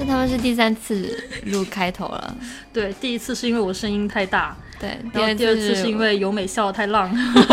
他们是第3次录开头了。 对，第一次是因为我声音太大， 对， 然后第二次是因为由美笑得太浪。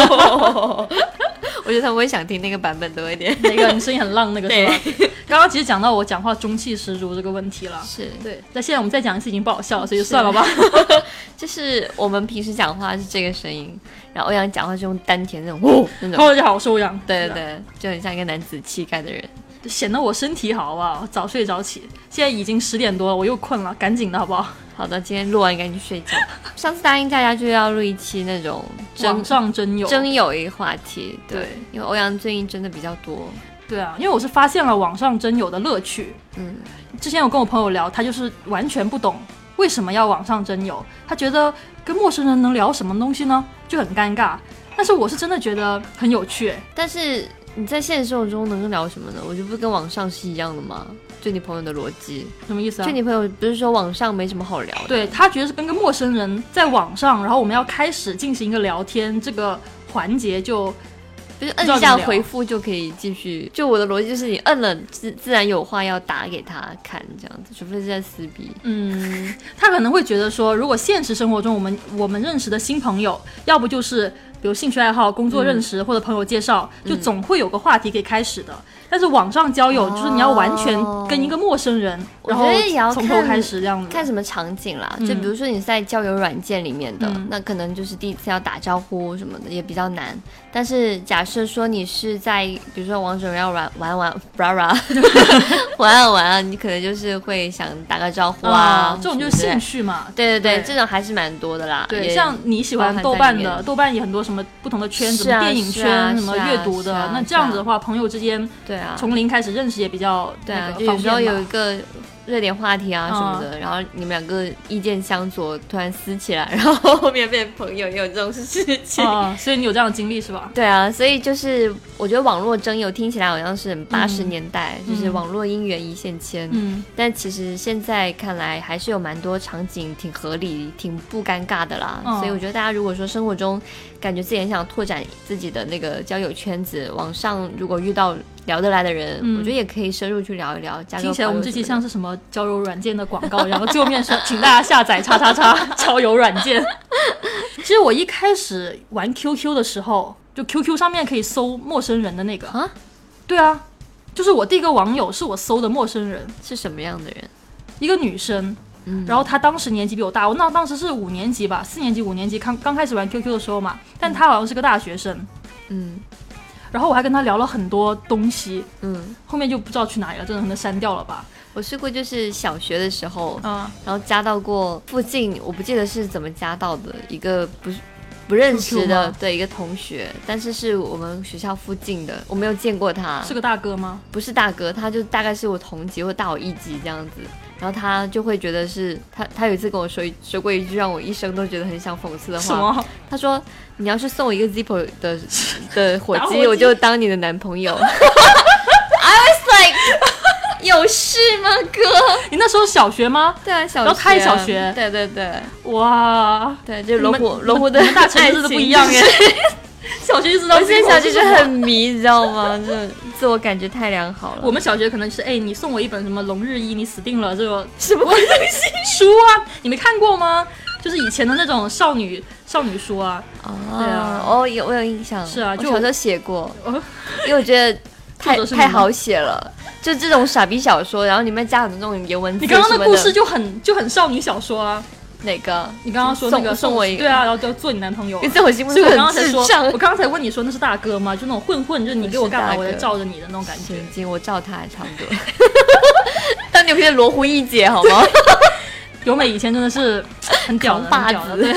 我觉得他们会想听那个版本多一点。 那个你声音很浪那个是吧？刚刚其实讲到我讲话中气十足这个问题了。 是， 对。那现在我们再讲一次已经不好笑了，所以就算了吧。 就是我们平时讲话是这个声音，然后欧阳讲话是用丹田那种呼那种。 大家好，我是欧阳。 对对对，就很像一个男子气概的人。 显得我身体好不好？早睡早起，现在已经10点多了，我又困了，赶紧的好不好？ 好的，今天录完赶紧去睡觉。上次答应大家就要录一期那种网上征友一个话题，对，因为欧阳最近真的比较多。 对啊，因为我是发现了网上征友的乐趣。之前我跟我朋友聊，他就是完全不懂为什么要网上征友，他觉得跟陌生人能聊什么东西呢，就很尴尬。但是我是真的觉得很有趣。 但是你在现实生活中能聊什么呢？我觉得不跟网上是一样的吗？就你朋友的逻辑什么意思啊？ 就你朋友不是说网上没什么好聊的？ 对，他觉得是跟个陌生人在网上，然后我们要开始进行一个聊天，这个环节就是摁一下回复就可以继续。就我的逻辑就是你摁了自然有话要打给他看这样子，除非是在撕逼。 他可能会觉得说，如果现实生活中我们认识的新朋友，要不就是比如兴趣爱好、工作认识、或者朋友介绍，就总会有个话题可以开始的。但是网上交友就是你要完全跟一个陌生人，然后从头开始这样子。 看什么场景啦，就比如说你在交友软件里面的，那可能就是第一次要打招呼什么的也比较难。但是假设说你是在比如说王者荣耀玩，你可能就是会想打个招呼啊， 这种就是兴趣嘛。 对对对，这种还是蛮多的啦。 对，像你喜欢豆瓣的，豆瓣也很多什么不同的圈子，电影圈什么阅读的，那这样子的话，朋友之间对啊，从零开始认识也比较对啊，就有时候有一个热点话题啊什么的，然后你们两个意见相左，突然撕起来，然后后面变朋友，也有这种事情所以你有这样的经历是吧？ 对啊，所以就是我觉得网络征友听起来好像是80年代，就是网络姻缘一线牵，但其实现在看来还是有蛮多场景挺合理、挺不尴尬的啦。所以我觉得大家如果说生活中感觉自己很想拓展自己的那个交友圈子，网上如果遇到聊得来的人，我觉得也可以深入去聊一聊。听起来我们这期像是什么交友软件的广告，然后最后面说请大家下载叉叉叉交友软件。其实我一开始玩 QQ 的时候，就 QQ 上面可以搜陌生人的那个啊，对啊，就是我第一个网友是我搜的陌生人。 是什么样的人？ 一个女生，然后她当时年纪比我大，我当时是5年级吧，4年级5年级刚开始玩 QQ 的时候嘛，但她好像是个大学生，然后我还跟她聊了很多东西，后面就不知道去哪里了，真的可能删掉了吧。 我试过，就是小学的时候，然后加到过附近，我不记得是怎么加到的，一个不认识的对一个同学，但是是我们学校附近的，我没有见过他。 是个大哥吗？ 不是大哥，他就大概是我同级或大我1级这样子。然后他就会觉得是他有一次跟我说过一句让我一生都觉得很想讽刺的话。 什么？ 他说你要是送我一个 Zippo 的火鸡，我就当你的男朋友。I was like 有事吗哥？ 你那时候小学吗？ 对啊，小学。 然后开小学。 对对对。 哇， 对，就罗湖的大城市都不一样耶。小学就知道， 我现在小学就很迷，你知道吗？就自我感觉太良好了。 我们小学可能是你送我一本什么《龙日一》，你死定了，这个什么东西书啊？你没看过吗？就是以前的那种少女书啊。对啊， 我有印象。 是啊，就我小时候写过，因为我觉得太好写了。就这种傻逼小说，然后里面加很多那种颜文字。 你刚刚的故事就很少女小说啊。 哪个？ 你刚刚说那个送我一个， 对啊，然后就做你男朋友。 在我心目中很智障。 我刚刚才问你说那是大哥吗？就那种混，就是你给我干嘛，我在罩着你的那种感觉。 神经，我罩他还差不多。当牛皮的罗湖一姐好吗？ 由美以前真的是很屌的霸子。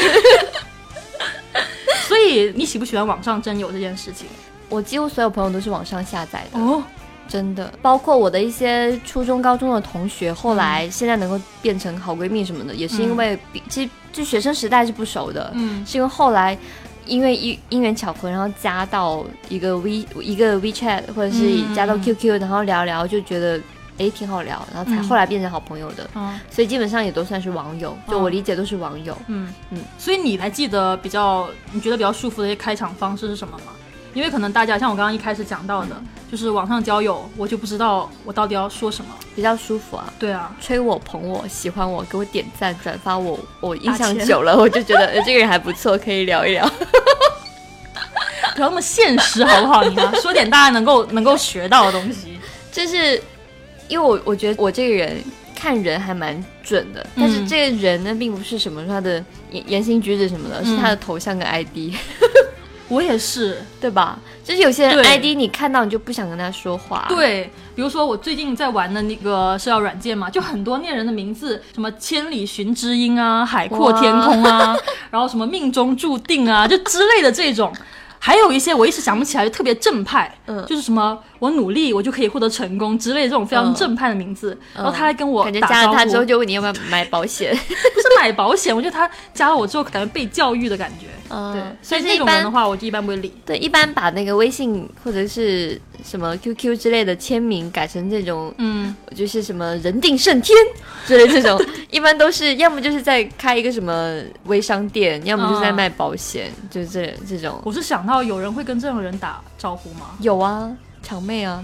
所以你喜不喜欢网上征友这件事情？ 我几乎所有朋友都是网上下载的哦。真的，包括我的一些初中高中的同学，后来现在能够变成好闺蜜什么的，也是因为其实就学生时代是不熟的，是因为后来因为因缘巧合，然后加到一个 WeChat 或者是加到 QQ，然后聊聊就觉得挺好聊，然后才后来变成好朋友的，所以基本上也都算是网友，就我理解都是网友。 所以你还记得你觉得比较舒服的一些开场方式是什么吗？ 因为可能大家像我刚刚一开始讲到的，就是网上交友，我就不知道我到底要说什么， 比较舒服啊。 对啊， 吹我捧我喜欢我给我点赞转发我印象久了我就觉得这个人还不错，可以聊一聊。 不要那么现实好不好？你啊，说点大家能够学到的东西。 就是因为我觉得我这个人看人还蛮准的，但是这个人呢并不是什么他的言行举止什么的，是他的头像跟 ID。 我也是， 对吧？就是有些人 ID 你看到你就不想跟他说话。 对，比如说我最近在玩的那个社交软件嘛，就很多恋人的名字，什么千里寻知音啊，海阔天空啊，然后什么命中注定啊，就之类的这种。还有一些我一时想不起来，就特别正派，就是什么我努力我就可以获得成功之类的这种非常正派的名字。然后他还跟我打招呼， 感觉加了他之后就问你要不要买保险。 不是买保险，我觉得他加了我之后感觉被教育的感觉。对，所以那种人的话我就一般不会理。 对，一般把那个微信或者是什么 QQ 之类的签名改成这种就是什么人定胜天之类这种，一般都是要么就是在开一个什么微商店，要么就是在卖保险，就是这种。 我是想到有人会跟这种人打招呼吗？ 有啊，场妹啊。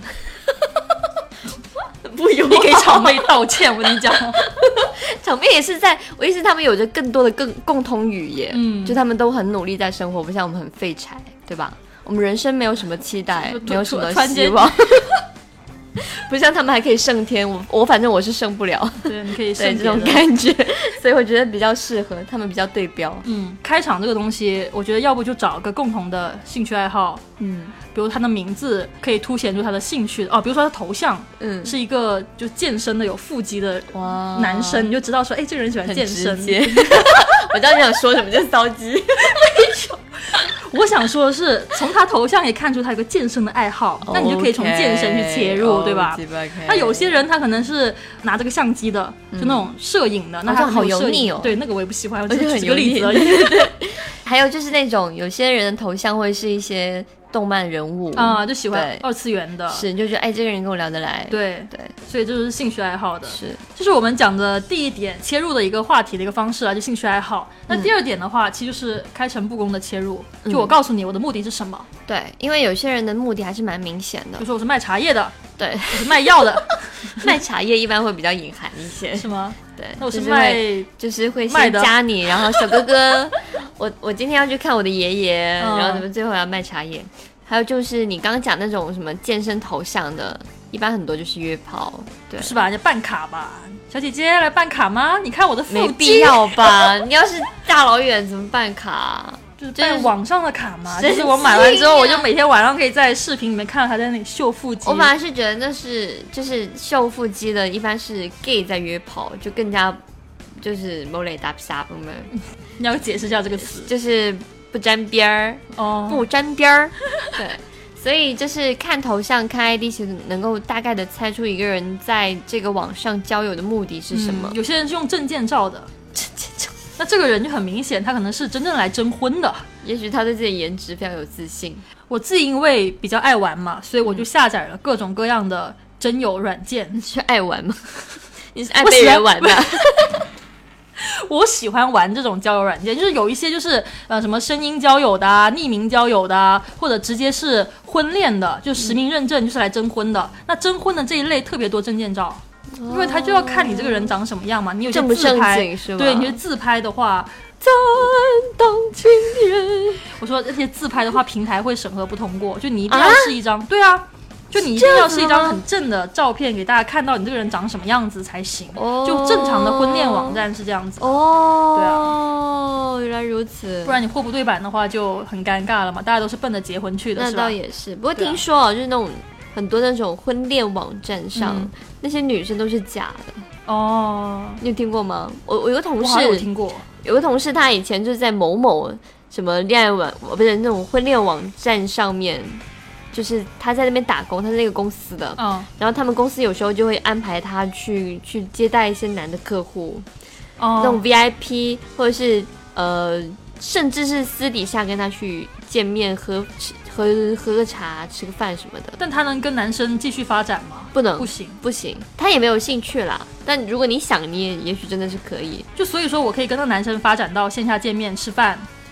不有，你给场妹道歉，我跟你讲。 场妹也是我意思他们有着更多的共同语言，就他们都很努力在生活，不像我们很废柴，对吧？我们人生没有什么期待，没有什么希望。不像他们还可以升天，我反正我是升不了。 对，你可以升这种感觉，所以我觉得比较适合他们，比较对标。 开场这个东西，我觉得要不就找个共同的兴趣爱好，比如他的名字可以凸显出他的兴趣比如说他头像，是一个就健身的有腹肌的男生，你就知道说，哎，这个人喜欢健身。 我知道你想说什么，就是骚鸡。 我想说的是，从他头像也看出他有个健身的爱好，那你就可以从健身去切入，对吧？那有些人他可能是拿这个相机的，就那种摄影的，那他好油腻哦。 对，那个我也不喜欢，我只是举个例子而已。 对，还有就是那种有些人的头像会是一些动漫人物就喜欢二次元的， 是你就觉得哎，这个人跟我聊得来， 对，所以这就是兴趣爱好的， 是， 这是我们讲的第一点切入的一个话题的一个方式就兴趣爱好。那第二点的话，其实就是开诚布公的切入，就我告诉你我的目的是什么。 对，因为有些人的目的还是蛮明显的， 比如说我是卖茶叶的， 对， 我是卖药的。 卖茶叶一般会比较隐含一些， 是吗？ 对， 那我是卖， 就是会先加你，然后小哥哥，我今天要去看我的爷爷，然后怎么最后要卖茶叶。还有就是你刚刚讲那种什么健身头像的，一般很多就是约炮，对， 是吧？就办卡吧，小姐姐来办卡吗？你看我的腹肌， 没必要吧？你要是大老远怎么办卡？ 就是办网上的卡嘛，就是我买完之后，我就每天晚上可以在视频里面看到他在那里秀腹肌。 我反而是觉得那是就是秀腹肌的，一般是 gay 在约炮，就更加就是某类打皮沙朋友们。 你要解释一下这个词， 就是不沾边儿不沾边儿。对，所以就是看头像、看 ID， 其实能够大概的猜出一个人在这个网上交友的目的是什么。 有些人是用证件照的， 证件照。 那这个人就很明显，他可能是真正来征婚的。 也许他对自己的颜值非常有自信。 我自己因为比较爱玩嘛，所以我就下载了各种各样的真友软件。 你是爱玩吗？你是爱被人玩的？ 我喜欢玩这种交友软件，就是有一些就是什么声音交友的匿名交友的或者直接是婚恋的，就实名认证就是来征婚的。那征婚的这一类特别多证件照。因为他就要看你这个人长什么样嘛，你有些自拍，对，你觉得自拍的话， 暂当情人。 我说这些自拍的话，平台会审核不通过，就你一定要是一张，对啊，就你一定要是一张很正的照片，给大家看到你这个人长什么样子才行。就正常的婚恋网站是这样子。对啊， 原来如此。 不然你货不对版的话就很尴尬了嘛，大家都是奔着结婚去的， 那倒也是。不过听说就是那种。很多那种婚恋网站上，那些女生都是假的你有听过吗？我有个同事， 有听过， 有个同事他以前就是在某某什么恋爱网，不是那种婚恋网站上面，就是他在那边打工，他是那个公司的，然后他们公司有时候就会安排他去接待一些男的客户，那种 VIP 或者是甚至是私底下跟他去见面喝个茶吃个饭什么的。 但他能跟男生继续发展吗？ 不能， 不行， 他也没有兴趣啦。但如果你想，你也许真的是可以。 就所以说我可以跟那男生发展到线下见面吃饭，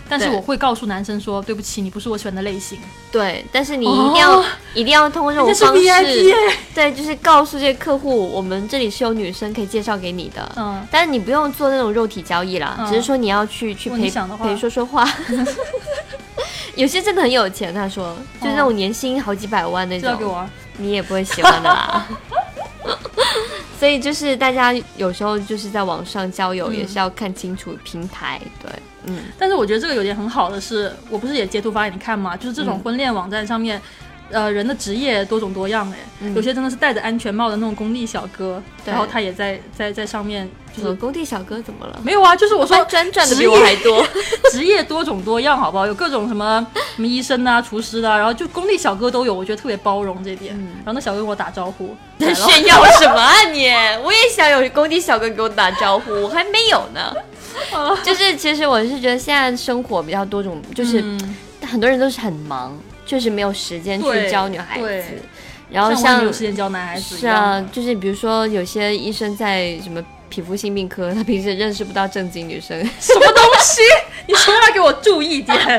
但是我会告诉男生说对不起，你不是我喜欢的类型。 对，但是你一定要通过这种方式，对，就是告诉这些客户，我们这里是有女生可以介绍给你的。但是你不用做那种肉体交易啦，只是说你要去陪说说话。有些真的很有钱，他说就是那种年薪好几百万那种， 给我你也不会喜欢的啦。所以就是大家有时候就是在网上交友也是要看清楚平台，对， 但是我觉得这个有点很好的是，我不是也截图发给你看吗？就是这种婚恋网站上面，人的职业多种多样有些真的是戴着安全帽的那种工地小哥，然后他也在上面。 就是工地小哥怎么了？ 没有啊，就是我说赚的比我还多， 职业多种多样，好不好？有各种什么医生啊、厨师啊，然后就工地小哥都有，我觉得特别包容这点。然后那小哥跟我打招呼， 在炫耀什么啊你？我也想有工地小哥给我打招呼，我还没有呢。就是其实我是觉得现在生活比较多种，就是很多人都是很忙，确实没有时间去教女孩子。然后像没有时间教男孩子， 是啊，就是比如说有些医生在什么皮肤性病科，他平时认识不到正经女生， 什么东西？你说要给我注意点。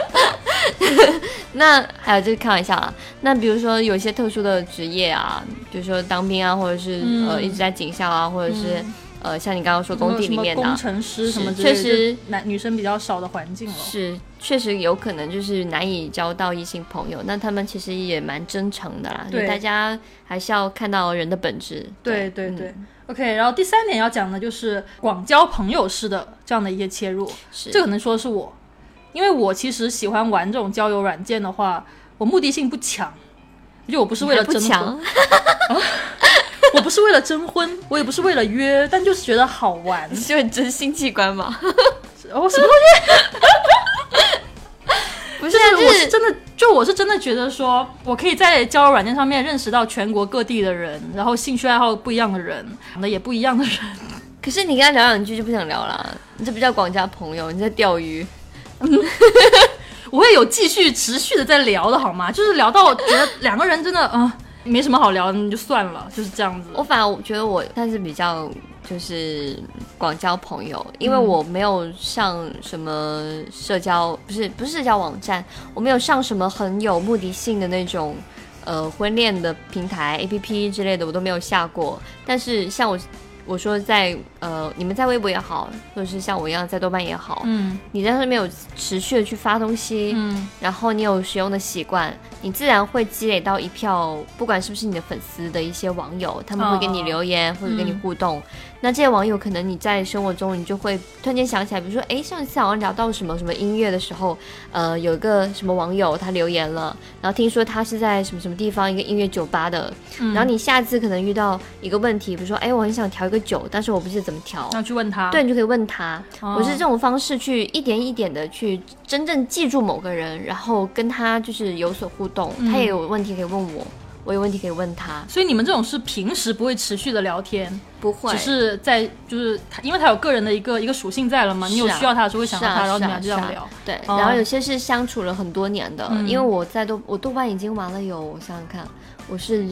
那还有就是开玩笑啊，那比如说有些特殊的职业啊，比如说当兵啊，或者是一直在警校啊，或者是像你刚刚说工地里面的工程师什么之类的，确实女生比较少的环境了， 是确实有可能就是难以交到异性朋友，那他们其实也蛮真诚的啦，所以大家还是要看到人的本质。 对。OK， 然后第3点要讲的就是广交朋友式的这样的一些切入，这可能说的是我，因为我其实喜欢玩这种交友软件的话，我目的性不强，就我不是为了征婚。我不是为了征婚，我也不是为了约，但就是觉得好玩。 你是为真性器官吗？ 什么东西？不是，我是真的觉得说，我可以在交友软件上面认识到全国各地的人，然后兴趣爱好不一样的人，长得也不一样的人。 可是你跟他聊两句就不想聊了，你这不叫广交朋友，你在钓鱼。 我会有继续持续的在聊的好吗？就是聊到觉得两个人真的没什么好聊的，你就算了，就是这样子。 我反而觉得我但是比较就是广交朋友，因为我没有上什么社交，不是社交网站，我没有上什么很有目的性的那种婚恋的平台 APP 之类的，我都没有下过。但是像我说在你们在微博也好，或者是像我一样在豆瓣也好，你在上面有持续的去发东西，然后你有使用的习惯，你自然会积累到一票，不管是不是你的粉丝的一些网友，他们会给你留言或者跟你互动。那这些网友可能你在生活中你就会突然间想起来，比如说上一次好像聊到什么什么音乐的时候，有一个什么网友他留言了，然后听说他是在什么什么地方一个音乐酒吧的，然后你下次可能遇到一个问题，比如说我很想调一个酒，但是我不知道怎么调， 要去问他， 对，你就可以问他。我是这种方式去一点一点的去真正记住某个人，然后跟他就是有所互动，他也有问题可以问我有问题可以问他。 所以你们这种是平时不会持续的聊天？ 不会， 只是在就是因为他有个人的一个属性在了嘛，你有需要他的时候会想到他，然后你们就这样聊。 对，然后有些是相处了很多年的，因为我豆瓣已经玩了有，我想想看，我是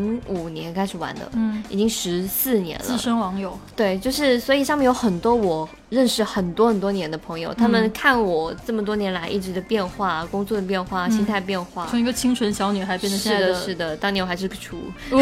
05年开始玩的，已经14年了， 资深网友。 对，就是所以上面有很多我认识很多很多年的朋友，他们看我这么多年来一直的变化，工作的变化，心态变化， 从一个清纯小女孩变成现在的， 是的，当年我还是个雏。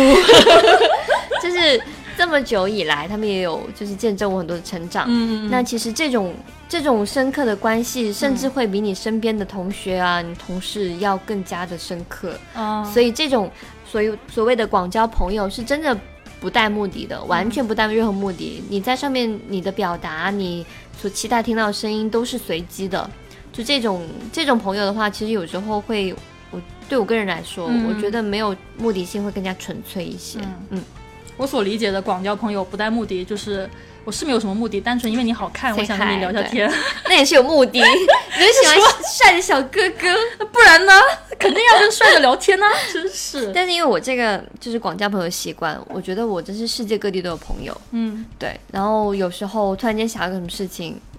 就是这么久以来，他们也有就是见证我很多的成长。那其实这种深刻的关系，甚至会比你身边的同学啊、你同事要更加的深刻。所以这种所谓的广交朋友是真的不带目的的，完全不带任何目的。你在上面你的表达，你所期待听到的声音都是随机的。就这种朋友的话，其实有时候会，对我个人来说，我觉得没有目的性会更加纯粹一些。 我所理解的广交朋友不带目的，就是我是没有什么目的，单纯因为你好看，我想跟你聊下天。 那也是有目的，你就喜欢帅的小哥哥， 不然呢？肯定要跟帅的聊天呢，真是。 但是因为我这个就是广交朋友的习惯，我觉得我真是世界各地都有朋友。对。然后有时候突然间想要个什么事情，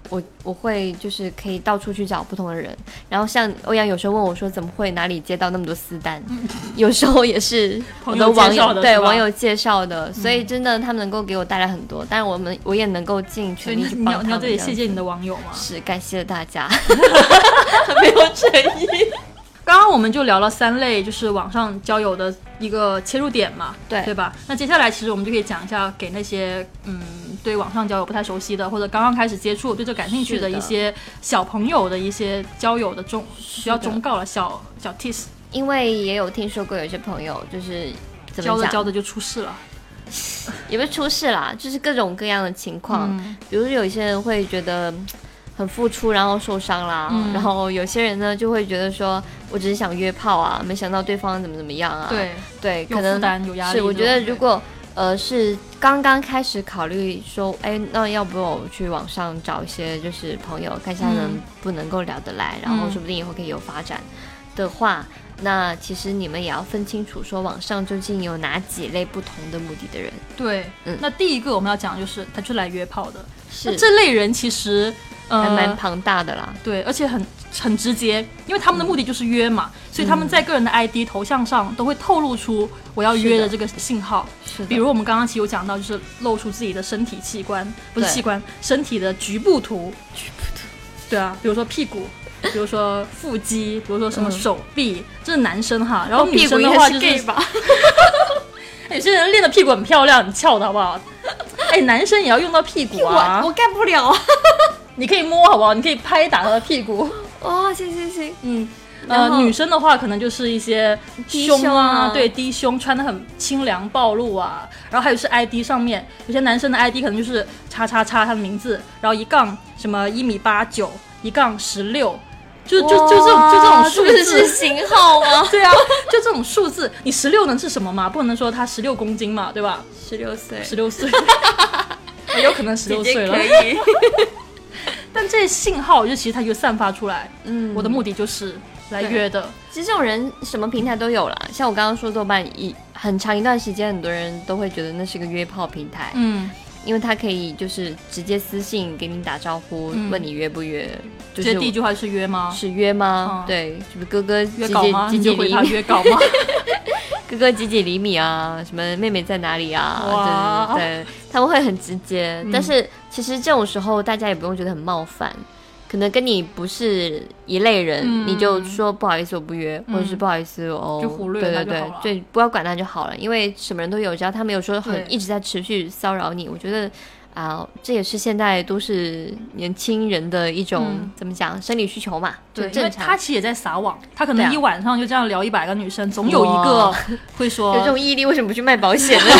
我会就是可以到处去找不同的人，然后像欧阳有时候问我说怎么会哪里接到那么多私单，有时候也是我的网友对网友介绍的，所以真的他们能够给我带来很多，但我也能够尽全力去帮他们。 你要这里谢谢你的网友吗？ 是，感谢大家，没有诚意。 刚刚我们就聊了3类，就是网上交友的一个切入点嘛，对吧？那接下来其实我们就可以讲一下，给那些对网上交友不太熟悉的，或者刚刚开始接触对这感兴趣的一些小朋友的一些交友的比较忠告了，小 tips。 因为也有听说过有些朋友就是怎么讲， 交着就出事了， 也不是出事啦，就是各种各样的情况，比如有一些人会觉得很付出然后受伤啦，然后有些人呢就会觉得说我只是想约炮啊，没想到对方怎么样啊，对，可能有负担有压力。 是我觉得如果是刚刚开始考虑说那要不我去网上找一些就是朋友看一下不能够聊得来，然后说不定以后可以有发展的话，那其实你们也要分清楚说网上究竟有哪几类不同的目的的人。 对，那第一个我们要讲就是他就是来约炮的， 是那这类人其实还蛮庞大的啦， 对，而且很直接，因为他们的目的就是约嘛，所以他们在个人的 ID 头像上都会透露出我要约的这个信号。 是的， 比如我们刚刚其实有讲到，就是露出自己的身体器官，不是器官，身体的局部图。对啊，比如说屁股，比如说腹肌，比如说什么手臂，这是男生哈。然后女生的话就是，有些人练的屁股很漂亮，很翘的好不好？男生也要用到屁股啊。 我干不了啊。 你可以摸好不好？你可以拍打他的屁股。 哦，行。 女生的话可能就是一些胸啊，对，低胸，穿得很清凉暴露啊。然后还有是 ID 上面，有些男生的 ID 可能就是叉叉叉他的名字，然后一杠什么1.89米，一杠16，就这种数字是型号吗？ 对啊，就这种数字，你16能是什么嘛？不能说他16公斤嘛，对吧 ？16岁， 有可能16岁了。 姐姐可以。 但这些信号就其实它就散发出来，我的目的就是来约的。 其实这种人什么平台都有啦，像我刚刚说豆瓣很长一段时间，很多人都会觉得那是个约炮平台，因为他可以就是直接私信给你打招呼，问你约不约，就是第一句话是约吗？ 是约吗？对，什么哥哥约稿吗？你就回他约稿吗？ 哥哥几厘米啊？什么妹妹在哪里啊？对，他们会很直接，但是其实这种时候大家也不用觉得很冒犯，可能跟你不是一类人，你就说不好意思我不约，或者是不好意思就忽略他就好了， 对，不要管他就好了，因为什么人都有，只要他没有说一直在持续骚扰你，我觉得这也是现代都市年轻人的一种怎么讲生理需求嘛， 对，因为他其实也在撒网，他可能一晚上就这样聊100个女生，总有一个会说有这种毅力为什么不去卖保险呢？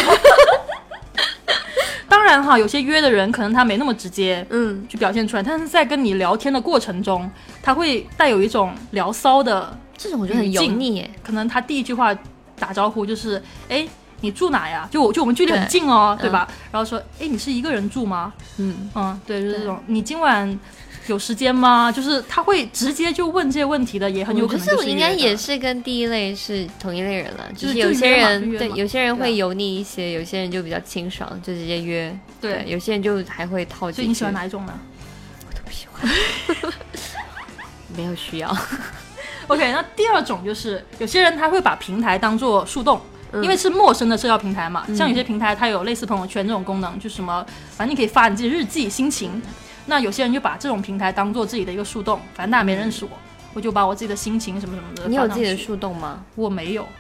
当然哈，有些约的人可能他没那么直接去表现出来，但是在跟你聊天的过程中，他会带有一种聊骚的， 这种我觉得很油腻耶。 可能他第一句话打招呼就是你住哪呀？就我们距离很近哦，对吧？然后说你是一个人住吗？对，就是这种。你今晚有时间吗？就是他会直接就问这些问题的，也很有可能就是约的。 我觉得应该也是跟第一类是同一类人了，就是有些人对，有些人会油腻一些，有些人就比较清爽，就直接约。对，有些人就还会套进去。 所以你喜欢哪一种呢？ 我都不喜欢，没有需要。 OK， 那第二种就是有些人他会把平台当作树洞。因为是陌生的社交平台嘛，像有些平台它有类似朋友圈这种功能，就什么反正你可以发你自己日记心情，那有些人就把这种平台当做自己的一个树洞，反正大家没认识我就把我自己的心情什么什么的。 你有自己的树洞吗？ 我没有。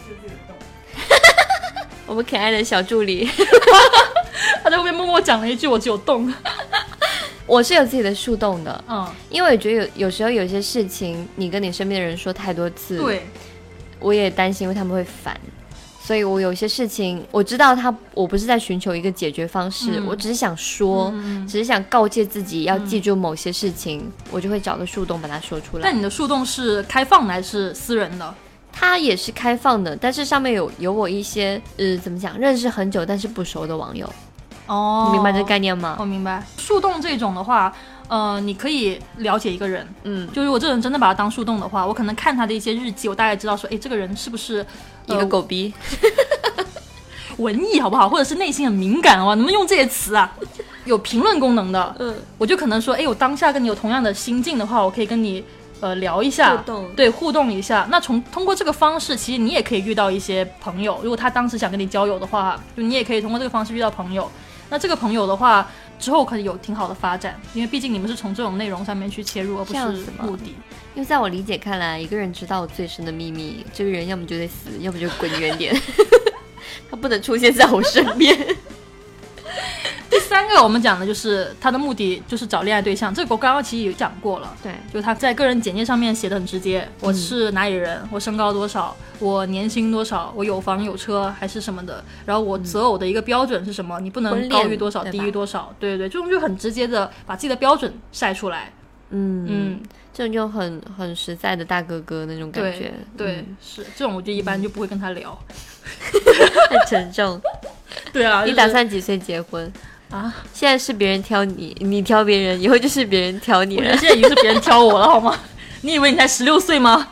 我们可爱的小助理他在后面默默讲了一句我只有洞。 我是有自己的树洞的，因为我觉得有时候有些事情你跟你身边的人说太多次， 对， 我也担心因为他们会烦，所以我有些事情我知道我不是在寻求一个解决方式，我只是想说，只是想告诫自己要记住某些事情，我就会找个树洞把它说出来。 但你的树洞是开放的还是私人的？ 它也是开放的，但是上面有我一些怎么讲，认识很久但是不熟的网友。你明白这个概念吗？ 我明白。树洞这种的话你可以了解一个人，就如果这个人真的把他当树洞的话，我可能看他的一些日记，我大概知道说这个人是不是一个狗逼文艺好不好，或者是内心很敏感能不能用这些词啊？ 有评论功能的，我就可能说，我当下跟你有同样的心境的话，我可以跟你聊一下，互动一下。那通过这个方式，其实你也可以遇到一些朋友。如果他当时想跟你交友的话，就你也可以通过这个方式遇到朋友。那这个朋友的话，之后可以有挺好的发展，因为毕竟你们是从这种内容上面去切入，而不是目的。 因为在我理解看来，一个人知道我最深的秘密，这个人要么就得死，要么就滚远点，他不能出现在我身边。 第三个我们讲的就是他的目的就是找恋爱对象，这个我刚刚其实也讲过了。 对， 就是他在个人简介上面写的很直接，我是哪里人，我身高多少，我年薪多少，我有房有车还是什么的，然后我择偶的一个标准是什么，你不能高于多少低于多少，对，这种就很直接的把自己的标准晒出来。 这种就很实在的大哥哥那种感觉。 对，是这种我就一般就不会跟他聊。 太沉重。 对啊， 你打算几岁结婚啊？现在是别人挑你，你挑别人，以后就是别人挑你了。 我觉得现在已经是别人挑我了，好吗？你以为你才16岁吗？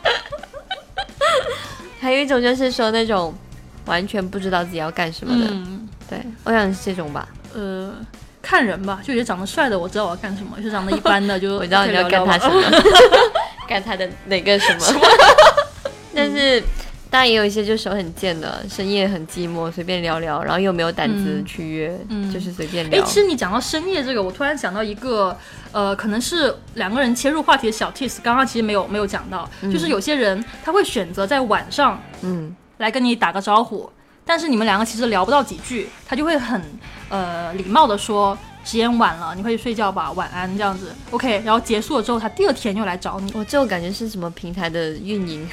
还有一种就是说那种完全不知道自己要干什么的。对，我想是这种吧。 看人吧，就有些长得帅的我知道我要干什么，有些长得一般的就我知道你要干他什么，干他的哪个什么。但是当然也有一些就手很贱的，深夜很寂寞，随便聊聊，然后又没有胆子去约，就是随便聊。 其实你讲到深夜这个，我突然想到一个可能是两个人切入话题的小 tips， 刚刚其实没有讲到，就是有些人他会选择在晚上来跟你打个招呼，但是你们两个其实聊不到几句，他就会很礼貌的说时间晚了，你快去睡觉吧，晚安这样子 OK， 然后结束了之后他第二天又来找你。 这种感觉是什么平台的运营？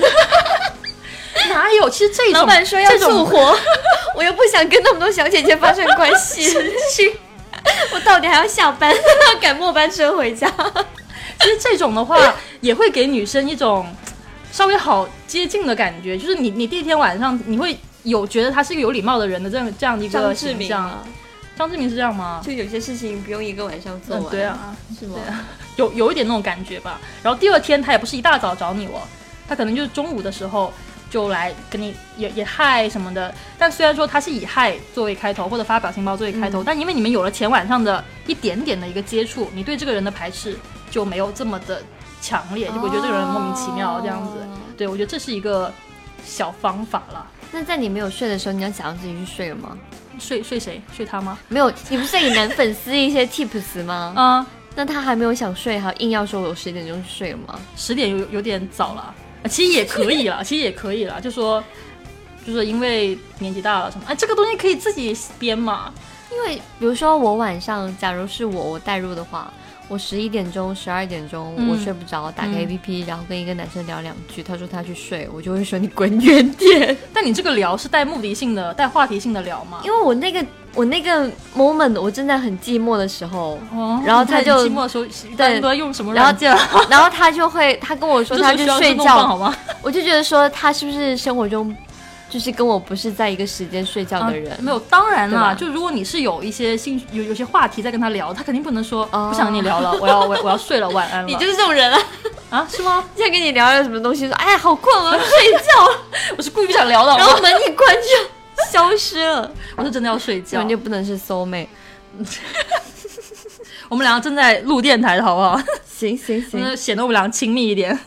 哪有？其实这种老板说要促活，我又不想跟那么多小姐姐发生关系，我到底还要下班，要赶末班车回家。 其实这种的话也会给女生一种稍微好接近的感觉，就是你第一天晚上你会有觉得他是一个有礼貌的人的这样的一个形象。张志明是这样吗？ 就有些事情不用一个晚上做完。 对啊， 是吗？ 有一点那种感觉吧。然后第二天他也不是一大早找你哦，他可能就是中午的时候就来跟你也嗨什么的。但虽然说他是以嗨作为开头或者发表情包作为开头，但因为你们有了前晚上的一点点的一个接触，你对这个人的排斥就没有这么的强烈，就会觉得这个人莫名其妙这样子。对，我觉得这是一个小方法啦。 那在你没有睡的时候，你要假装自己去睡了吗？ 睡谁？睡他吗？ 没有，你不是给男粉丝一些 tips 吗？那他还没有想睡，还硬要说我10点钟去睡了吗 ？10点有点早了，其实也可以了，就说就是因为年纪大了什么，这个东西可以自己编嘛。 因为比如说我晚上，假如是我代入的话，我11点钟、12点钟我睡不着，打个 APP，然后跟一个男生聊2句，他说他去睡，我就会说你滚远点。 但你这个聊是带目的性的、带话题性的聊吗？ 因为我那个 moment 我正在很寂寞的时候，然后他就寂寞的时候，对，都在用什么软件？ 然后他跟我说他去睡觉， 好吗？ 我就觉得说他是不是生活中就是跟我不是在一个时间睡觉的人？ 没有，当然啦，就如果你是有一些有些话题在跟他聊，他肯定不能说不想跟你聊了，我要睡了，晚安了。 你就是这种人啊？ 是吗？ 想跟你聊有什么东西，说哎呀好困，我要睡觉。 我是故意不想聊的， 然后门一关就消失了。 我是真的要睡觉， 你就不能是 soul mate。 我们两个正在录电台的好不好？ 行， 显得我们两个亲密一点。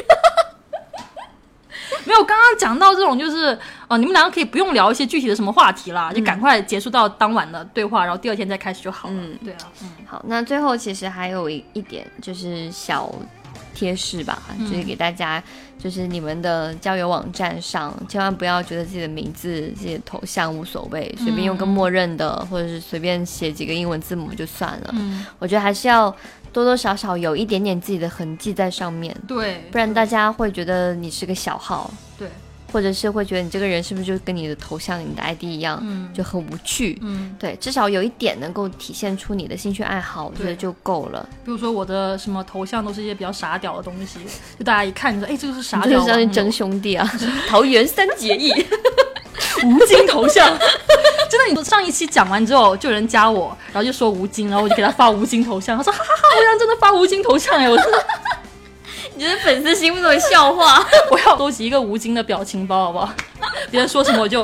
没有，刚刚讲到这种就是你们两个可以不用聊一些具体的什么话题啦，就赶快结束到当晚的对话，然后第二天再开始就好了。对啊， 好，那最后其实还有一点就是小贴士吧，就是给大家，就是你们的交友网站上千万不要觉得自己的名字、自己的头像无所谓，随便用个默认的，或者是随便写几个英文字母就算了。我觉得还是要多多少少有一点点自己的痕迹在上面， 对， 不然大家会觉得你是个小号， 对， 或者是会觉得你这个人是不是就跟你的头像、你的 ID 一样，就很无趣。对，至少有一点能够体现出你的兴趣爱好，我觉得就够了。 比如说我的什么头像都是一些比较傻屌的东西，就大家一看就说，这个是傻屌， 就是像真兄弟啊，桃园三结义。 吴京头像，真的，你上一期讲完之后，就有人加我，然后就说吴京，然后我就给他发吴京头像，他说哈哈哈，我让真的发吴京头像我真的， 你觉得粉丝心目中的笑话？ 我要收集一个吴京的表情包，好不好？别人说什么我就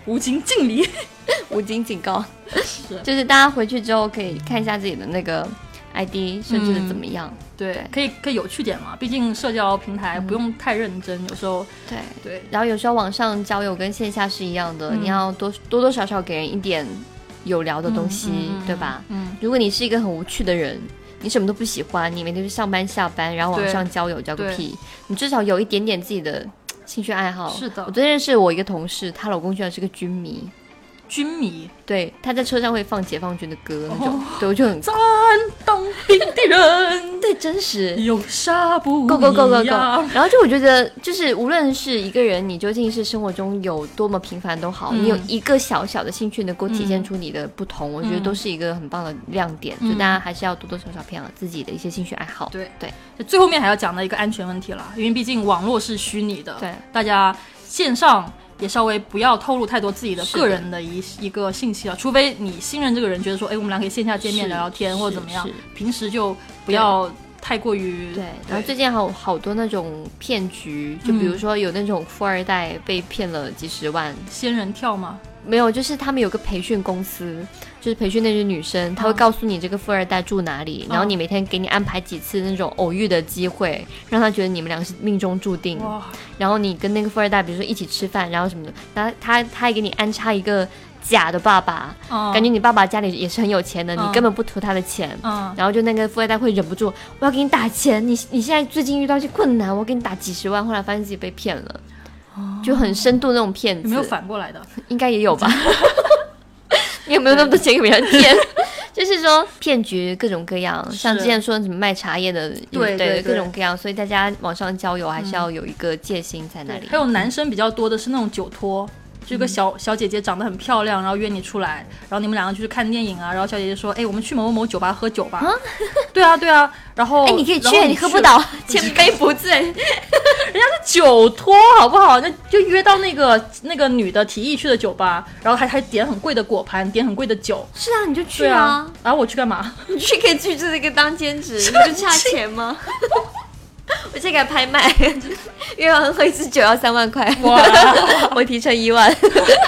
无尽敬礼， 无尽警告，就是大家回去之后可以看一下自己的那个 ID 设置的怎么样。 对，可以有趣点嘛，毕竟社交平台不用太认真，有时候对。 然后有时候网上交友跟线下是一样的，你要多多少少给人一点有聊的东西，对吧？如果你是一个很无趣的人，你什么都不喜欢，你每天去上班下班，然后网上交友交个屁，你至少有一点点自己的兴趣爱好。 是的， 我昨天认识我一个同事，她老公居然是个军迷。对，他在车上会放解放军的歌那种，对，我就很战当兵的人， 对，真实有啥不一样 ，Go。然后就我觉得，就是无论是一个人，你究竟是生活中有多么平凡都好，你有一个小小的兴趣能够体现出你的不同，我觉得都是一个很棒的亮点。就大家还是要多多少少培养自己的一些兴趣爱好。对， 最后面还要讲的一个安全问题啦，因为毕竟网络是虚拟的， 对， 大家线上也稍微不要透露太多自己的个人的一个信息了，除非你信任这个人，觉得说，哎，我们俩可以线下见面聊聊天或者怎么样，平时就不要太过于对。然后最近好多那种骗局，就比如说有那种富二代被骗了几十万， 仙人跳吗？ 没有，就是他们有个培训公司，就是培训那些女生，他会告诉你这个富二代住哪里，然后你每天给你安排几次那种偶遇的机会，让他觉得你们俩是命中注定。然后你跟那个富二代比如说一起吃饭，然后什么的，然后他还给你安插一个假的爸爸，感觉你爸爸家里也是很有钱的，你根本不图他的钱，然后就那个富二代会忍不住，我要给你打钱，你现在最近遇到一些困难，我给你打几十万，后来发现自己被骗了，就很深度那种骗子。 有没有反过来的？ 应该也有吧。你有没有那么多钱给别人骗？就是说骗局各种各样，像之前说什么卖茶叶的，对各种各样，所以大家网上交友还是要有一个戒心在那里。 还有男生比较多的是那种酒托。这个小姐姐长得很漂亮，然后约你出来，然后你们两个就去看电影啊，然后小姐姐说，哎，我们去某某酒吧喝酒吧。对啊，然后哎，你可以去，你喝不倒，千杯不醉。人家是酒托好不好？那就约到那个女的提议去的酒吧，然后还点很贵的果盘，点很贵的酒。 是啊，你就去啊。 然后我去干嘛？ 你去可以去这个当兼职，你就差钱吗？我现在给他拍卖，约完喝一次酒要3万块，哇！我提成1万。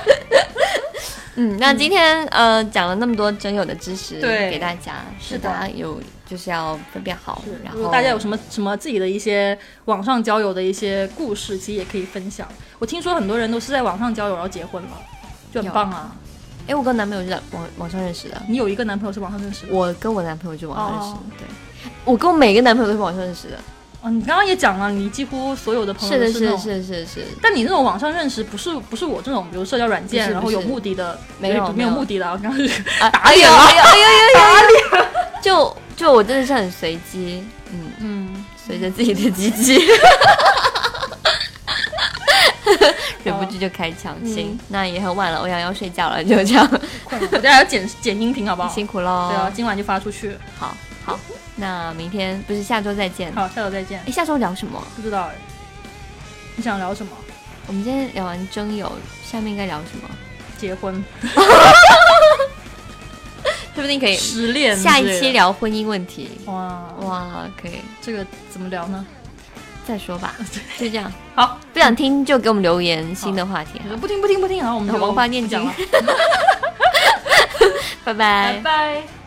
那今天讲了那么多真友的知识给大家，是大家有就是要分辨好。然后如果大家有什么自己的一些网上交友的一些故事，其实也可以分享。我听说很多人都是在网上交友然后结婚了，就很棒啊。 哎，我跟男朋友是在网上认识的。 你有一个男朋友是网上认识的？ 我跟我男朋友就网上认识的。对，我跟我每个男朋友都是网上认识的。 你刚刚也讲了，你几乎所有的朋友都是那种是。 但你那种网上认识不是我这种，比如社交软件，然后有目的的，没有目的的，刚刚是打脸了，打脸。 就我真的是很随机，随着自己的机器，忍不住就开枪。行，那也很晚了，欧阳要睡觉了，就这样。 我等下要剪音频好不好？ 辛苦喽。 对啊，今晚就发出去。 好。那明天不是下周再见？ 好，下周再见。 下周聊什么？ 不知道哎。你想聊什么？ 我们今天聊完征友，下面应该聊什么？ 结婚。 说不定可以失恋。 下一期聊婚姻问题。 哇， 可以。 这个怎么聊呢？ 再说吧，就这样。 好， 不想听就给我们留言新的话题。 不听，然后我们就王八念经。拜拜。 拜拜。